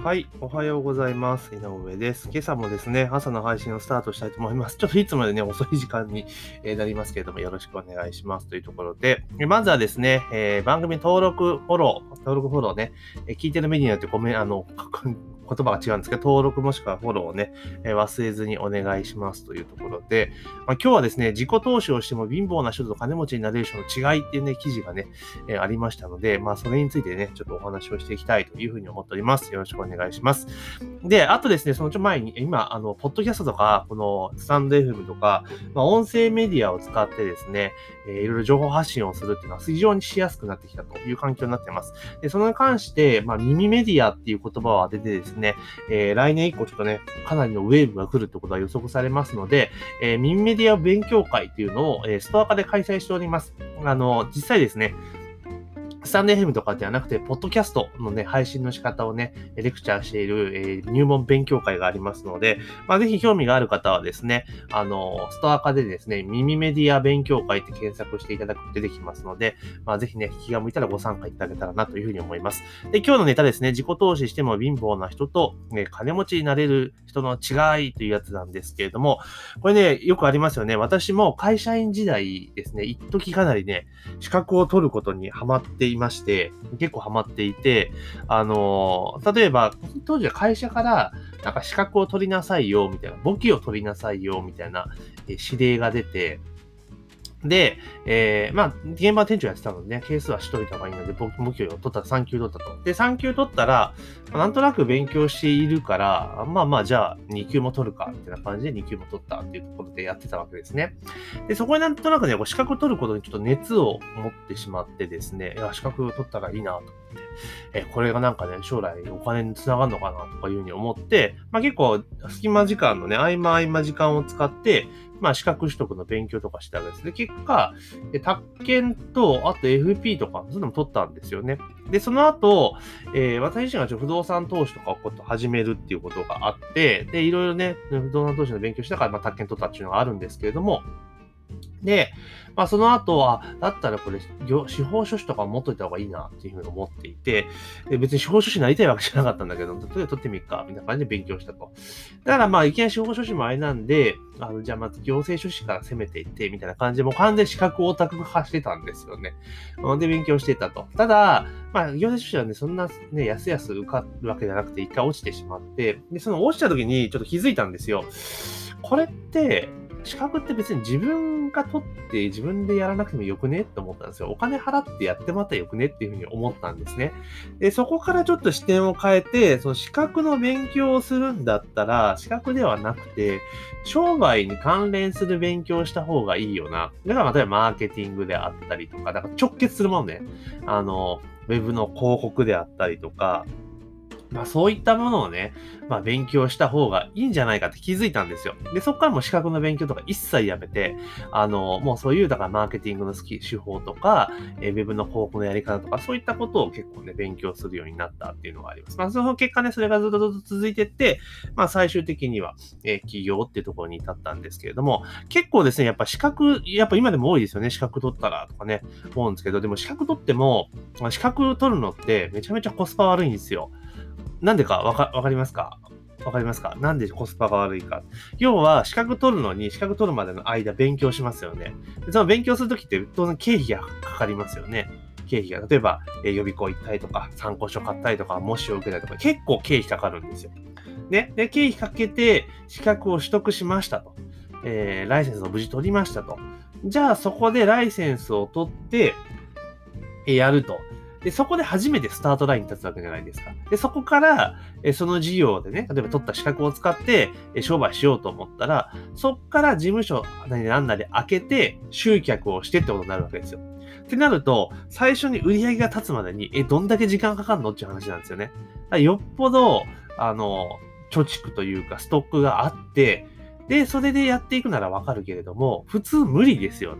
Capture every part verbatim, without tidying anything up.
はい、おはようございます。井上です。今朝もですね、朝の配信をスタートしたいと思います。ちょっといつもよりね、遅い時間にえーなりますけれども、よろしくお願いしますというところで、えまずはですね、えー番組登録、フォロー、登録フォローね、えー聞いてるメディアによってごめん、あの、言葉が違うんですけど、登録もしくはフォローをね、えー忘れずにお願いしますというところで、まあ、今日はですね、自己投資をしても貧乏な人と金持ちになれる人の違いっていうね、記事がね、えーありましたので、まあ、それについてね、ちょっとお話をしていきたいというふうに思っております。よろしくお願いします。で、あとですね、そのちょ前に、今、あの、ポッドキャストとか、このスタンド エフエム とか、まあ、音声メディアを使ってですね、えーいろいろ情報発信をするっていうのは非常にしやすくなってきたという環境になっています。で、それに関して、まあ、耳メディアっていう言葉を当ててですね、えー来年以降ちょっとね、かなりのウェーブが来るってことは予測されますので、えー耳メディア勉強会っていうのを、えーストア化で開催しております。あの、実際ですね、スタンド エフエム とかではなくて、ポッドキャストのね、配信の仕方をね、レクチャーしている、えー入門勉強会がありますので、まあ、ぜひ興味がある方はですね、あの、ストア化でですね、耳メディア勉強会って検索していただくと出てきますので、まあ、ぜひね、気が向いたらご参加いただけたらなというふうに思います。で、今日のネタですね、自己投資しても貧乏な人と、ね、金持ちになれる人の違いというやつなんですけれども、これね、よくありますよね。私も会社員時代ですね、一時かなりね、資格を取ることにハマっていまして、結構ハマっていて、あの、例えば、当時は会社から、なんか資格を取りなさいよ、みたいな、簿記を取りなさいよ、みたいな、えー指令が出て、で、えー、まあ、現場店長やってたのでね、係数はしといた方がいいので、僕、簿記を取ったらさん級取ったと。で、さん級取ったら、まあなんとなく勉強しているから、まあまあ、じゃあに級も取るか、みたいな感じでに級も取ったっていうところでやってたわけですね。で、そこになんとなくね、こう資格を取ることにちょっと熱を持ってしまってですね、いや、資格を取ったらいいなと思って、えーこれがなんかね、将来お金につながるのかなとかいうふうに思って、まあ結構、隙間時間のね、合間合間時間を使って、まあ資格取得の勉強とかしたわけです。で、結果、で宅建と、あと エフピー とか、そういうのも取ったんですよね。で、その後、えー私自身がちょっと不動産投資とかをこう始めるっていうことがあって、で、いろいろね、不動産投資の勉強したから、まあ、宅建取ったっていうのがあるんですけれども、で、まあその後は、だったらこれ、業司法書士とか持っといた方がいいなっていうふうに思っていて、で別に司法書士になりたいわけじゃなかったんだけど、とりあえず取ってみっか、みたいな感じで勉強したと。だからまあ、いきなり司法書士もあれなんで、あの、じゃあまず行政書士から攻めていって、みたいな感じで、もう完全に資格オタク化してたんですよね。で、勉強してたと。ただ、まあ、行政書士はね、そんなね、やすやす受かるわけじゃなくて、一回落ちてしまって、で、その落ちた時にちょっと気づいたんですよ。これって、資格って別に自分が取って自分でやらなくてもよくねって思ったんですよ。お金払ってやってもらったらよくねっていうふうに思ったんですね。で、そこからちょっと視点を変えて、その資格の勉強をするんだったら、資格ではなくて、商売に関連する勉強をした方がいいよな。だから例えばマーケティングであったりとか、だから直結するもんね。あの、ウェブの広告であったりとか、まあそういったものをね、まあ勉強した方がいいんじゃないかって気づいたんですよ。で、そこからもう資格の勉強とか一切やめて、あの、もうそういう、だからマーケティングの手法とか、えー、ウェブの広告のやり方とか、そういったことを結構ね、勉強するようになったっていうのがあります。まあその結果ね、それがずっとずっと続いてって、まあ最終的には、えー、起業っていうところに至ったんですけれども、結構ですね、やっぱ資格、やっぱ今でも多いですよね、資格取ったらとかね、思うんですけど、でも資格取っても、資格取るのってめちゃめちゃコスパ悪いんですよ。なんでかわか、わかりますかわかりますか？なんでコスパが悪いか。要は、資格取るのに、資格取るまでの間勉強しますよね。でその勉強するときって当然経費がかかりますよね。経費が。例えば、えー予備校行ったりとか、参考書買ったりとか、模試を受けたりとか、結構経費かかるんですよ。ね。で、経費かけて、資格を取得しましたと。えーライセンスを無事取りましたと。じゃあ、そこでライセンスを取って、えーやると。で、そこで初めてスタートラインに立つわけじゃないですか。で、そこから、えその事業でね、例えば取った資格を使って、え商売しようと思ったら、そこから事務所なりなんなり開けて、集客をしてってことになるわけですよ。ってなると、最初に売り上げが立つまでに、え、どんだけ時間かかるのっていう話なんですよね。だからよっぽど、あの、貯蓄というか、ストックがあって、で、それでやっていくならわかるけれども、普通無理ですよね。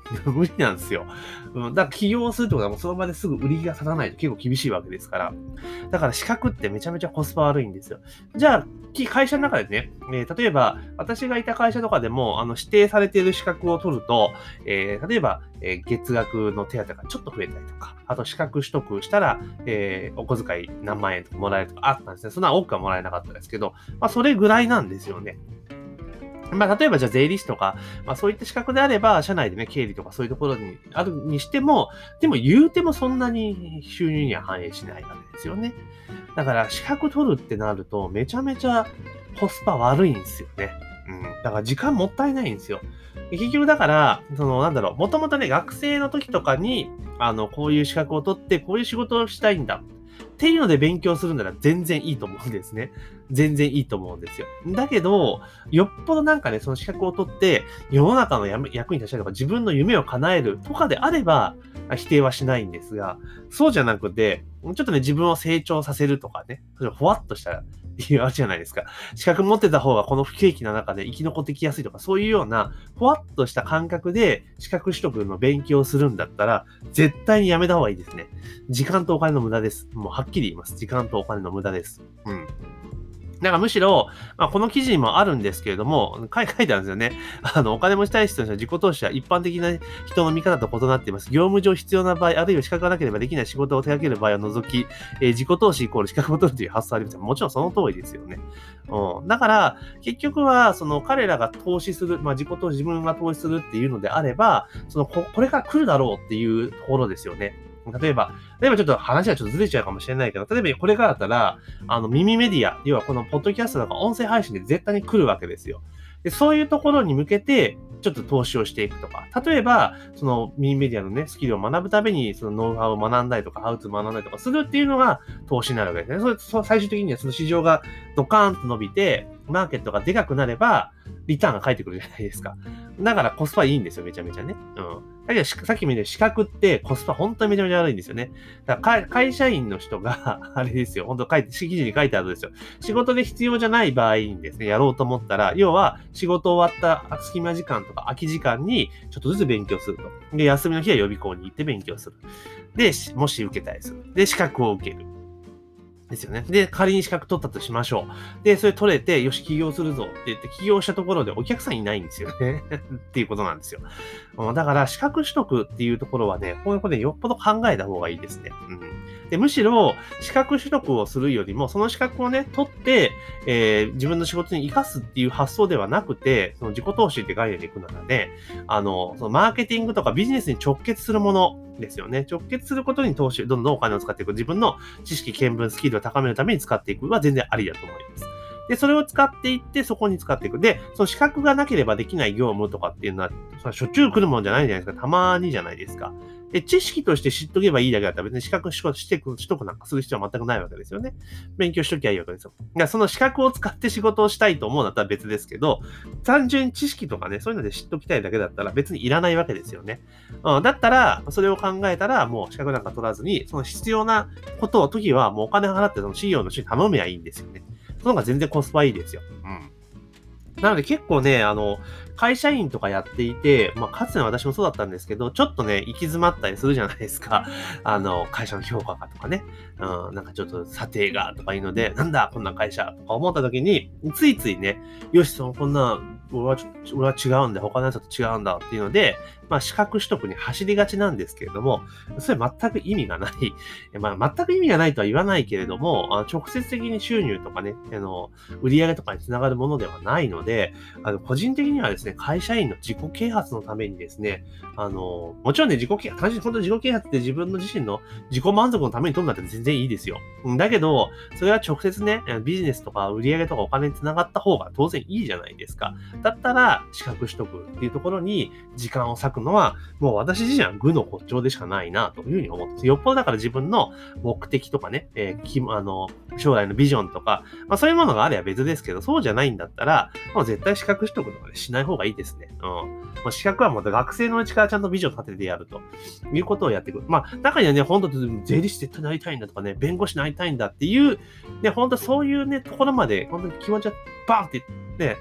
無理なんですよ。うん、だから起業するってことはもうその場ですぐ売りが立たないと結構厳しいわけですから。だから資格ってめちゃめちゃコスパ悪いんですよ。じゃあ、会社の中でね、えー例えば私がいた会社とかでもあの指定されている資格を取ると、えー例えば、えー月額の手当がちょっと増えたりとか、あと資格取得したら、えーお小遣い何万円とかもらえるとかあったんですね。そんな多くはもらえなかったですけど、まあそれぐらいなんですよね。まあ、例えばじゃあ税理士とか、まあそういった資格であれば、社内でね、経理とかそういうところにあるにしても、でも言うてもそんなに収入には反映しないわけですよね。だから資格取るってなると、めちゃめちゃコスパ悪いんですよね。うん。だから時間もったいないんですよ。結局だから、その、なんだろう、もともとね、学生の時とかに、あの、こういう資格を取って、こういう仕事をしたいんだ。っていうので勉強するなら全然いいと思うんですね。全然いいと思うんですよ。だけど、よっぽどなんかね、その資格を取って、世の中の役に立ちたいとか、自分の夢を叶えるとかであれば、否定はしないんですが、そうじゃなくて、ちょっとね、自分を成長させるとかね、それほわっとしたいうあるじゃないですか。資格持ってた方がこの不景気な中で生き残ってきやすいとか、そういうような、ほわっとした感覚で資格取得の勉強をするんだったら、絶対にやめた方がいいですね。時間とお金の無駄です。もうはっきり言います。時間とお金の無駄です。うん。だからむしろ、まあ、この記事にもあるんですけれども、書いてあるんですよね。あの、お金持ち体質としては自己投資は一般的な人の見方と異なっています。業務上必要な場合、あるいは資格がなければできない仕事を手掛ける場合を除き、えー自己投資イコール資格を取るという発想あります。もちろんその通りですよね。うん。だから、結局は、その彼らが投資する、まあ、自己投資、自分が投資するっていうのであれば、そのこ、これから来るだろうっていうところですよね。例えば、例えばちょっと話はちょっとずれちゃうかもしれないけど、例えばこれからだったら、あの、耳メディア、要はこのポッドキャストとか音声配信で絶対に来るわけですよ。で、そういうところに向けて、ちょっと投資をしていくとか。例えば、その耳メディアのね、スキルを学ぶために、そのノウハウを学んだりとか、ハウツー学んだりとかするっていうのが投資になるわけですね。それ、そ最終的にはその市場がドカーンと伸びて、マーケットがでかくなれば、リターンが返ってくるじゃないですか。だからコスパいいんですよ、めちゃめちゃね。うん。だけど、さっきも言った資格ってコスパ本当にめちゃめちゃ悪いんですよね。だから会社員の人が、あれですよ、本当書いて、記事に書いてあるんですよ。仕事で必要じゃない場合にですね、やろうと思ったら、要は仕事終わった隙間時間とか空き時間にちょっとずつ勉強すると。で、休みの日は予備校に行って勉強する。で、もし受けたりする。で、資格を受ける。ですよね。で、仮に資格取ったとしましょう。で、それ取れて、よし、起業するぞって言って、起業したところでお客さんいないんですよね。っていうことなんですよ。だから、資格取得っていうところはね、こういうことでよっぽど考えた方がいいですね。うん。で、むしろ、資格取得をするよりも、その資格をね、取って、えー、自分の仕事に活かすっていう発想ではなくて、その自己投資って概念でいくならね、あの、そのマーケティングとかビジネスに直結するものですよね。直結することに投資、どんどんお金を使っていく。自分の知識、見聞、スキルを高めるために使っていくは全然ありだと思います。で、それを使っていって、そこに使っていく。で、その資格がなければできない業務とかっていうのは、そのしょっちゅう来るもんじゃないじゃないですか。たまにじゃないですか。で、知識として知っとけばいいだけだったら別に資格してく、取得なんかする必要は全くないわけですよね。勉強しときゃいいわけですよ。だからその資格を使って仕事をしたいと思うんだったら別ですけど、単純に知識とかね、そういうので知っときたいだけだったら別にいらないわけですよね。うん、だったら、それを考えたらもう資格なんか取らずに、その必要なことを時はもうお金払ってその事業の人に頼めばいいんですよね。その方が全然コスパいいですよ。うん。なので結構ね、あの、会社員とかやっていて、まあ、かつての私もそうだったんですけど、ちょっとね、行き詰まったりするじゃないですか。あの、会社の評価がとかね。うん、なんかちょっと査定がとかいうので、なんだ、こんな会社とか思った時に、ついついね、よし、そのこんな、俺はちょっと、俺は違うんだ、他のやつと違うんだっていうので、まあ、資格取得に走りがちなんですけれども、それ全く意味がない。まあ、全く意味がないとは言わないけれども、あの直接的に収入とかね、あの、売上とかにつながるものではないので、あの、個人的にはですね、会社員の自己啓発のためにですね、あの、もちろんね、自己啓発、単純に本当に自己啓発って自分の自身の自己満足のために取るんだって全然いいですよ。だけど、それは直接ね、ビジネスとか売上とかお金につながった方が当然いいじゃないですか。だったら、資格取得っていうところに時間を割くのは、もう私自身は愚の骨頂でしかないな、というふうに思ってます。よっぽどだから自分の目的とかね、えー、きあの、将来のビジョンとか、まあそういうものがあれば別ですけど、そうじゃないんだったら、もう絶対資格取得とか、ね、しない方がいいですね。うん。もう資格はもう学生のうちからちゃんとビジョン立ててやるということをやっていく。まあ、中にはね、本当に税理士絶対なりたいんだとかね、弁護士なりたいんだっていう、ね、本当そういうね、ところまで、本当に気持ちがバーンってね、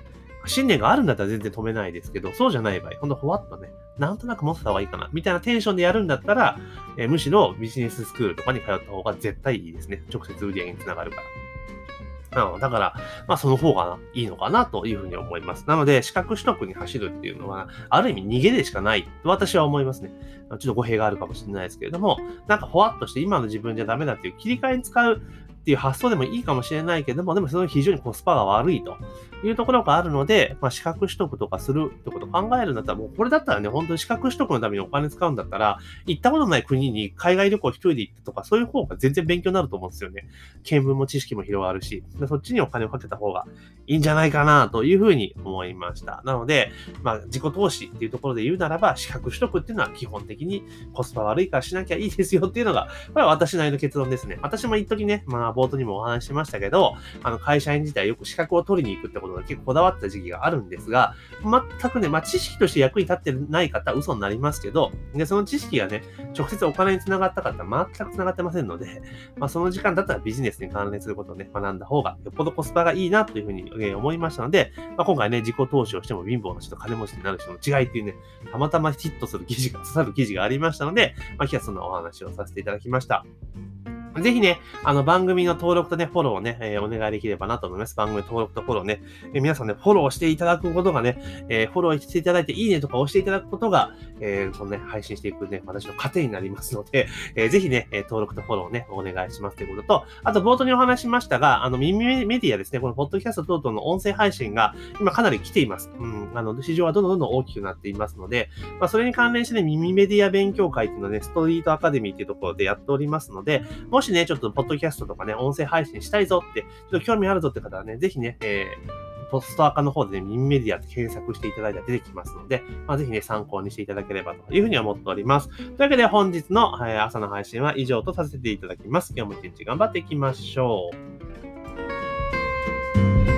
信念があるんだったら全然止めないですけど、そうじゃない場合、ほんとほわっとね、なんとなく持ってた方がいいかな、みたいなテンションでやるんだったら、えーむしろビジネススクールとかに通った方が絶対いいですね。直接売り上げにつながるから。うん、だから、まあその方がいいのかなというふうに思います。なので、資格取得に走るっていうのは、ある意味逃げでしかないと私は思いますね。ちょっと語弊があるかもしれないですけれども、なんかふわっとして今の自分じゃダメだっていう切り替えに使うっていう発想でもいいかもしれないけども、でもその非常にコスパが悪いというところがあるので、まあ資格取得とかするってことを考えるんだったら、もうこれだったらね、本当に資格取得のためにお金使うんだったら、行ったことない国に海外旅行一人で行ってとか、そういう方が全然勉強になると思うんですよね。見聞も知識も広がるし、そっちにお金をかけた方がいいんじゃないかなというふうに思いました。なので、まあ自己投資っていうところで言うならば、資格取得っていうのは基本的にコスパ悪いからしなきゃいいですよっていうのが、これは私なりの結論ですね。私も一時ね、まあ冒頭にもお話ししましたけど、あの会社員自体よく資格を取りに行くってことが結構こだわった時期があるんですが、全くね、まあ知識として役に立ってない方は嘘になりますけど、で、その知識がね、直接お金につながった方は全くつながってませんので、まあその時間だったらビジネスに関連することをね、学んだ方がよっぽどコスパがいいなというふうに思いましたので、まあ、今回ね、自己投資をしても貧乏な人と金持ちになる人の違いっていうね、たまたまヒットする記事が、刺さる記事がありましたので、まあ今日はそんなお話をさせていただきました。ぜひね、あの番組の登録とね、フォローをね、えー、お願いできればなと思います。番組登録とフォローね、えー、皆さんね、フォローしていただくことがね、えー、フォローしていただいていいねとか押していただくことが、えー、このね、配信していくね、私の糧になりますので、えー、ぜひね、登録とフォローをね、お願いしますということと、あと冒頭にお話しましたが、あの耳メディアですね、このポッドキャスト等々の音声配信が今かなり来ています。うん、あの、市場はどんどんどんどん大きくなっていますので、まあ、それに関連してね、耳メディア勉強会っていうのをね、ストリートアカデミーっていうところでやっておりますので、もしね、ちょっとポッドキャストキャストとかね、音声配信したいぞって、ちょっと興味あるぞって方はね、ぜひね、えー、ポストアカの方でね、耳メディアって検索していただいたら出てきますので、まあ、ぜひね、参考にしていただければというふうに思っております。というわけで本日の、えー、朝の配信は以上とさせていただきます。今日も一日頑張っていきましょう。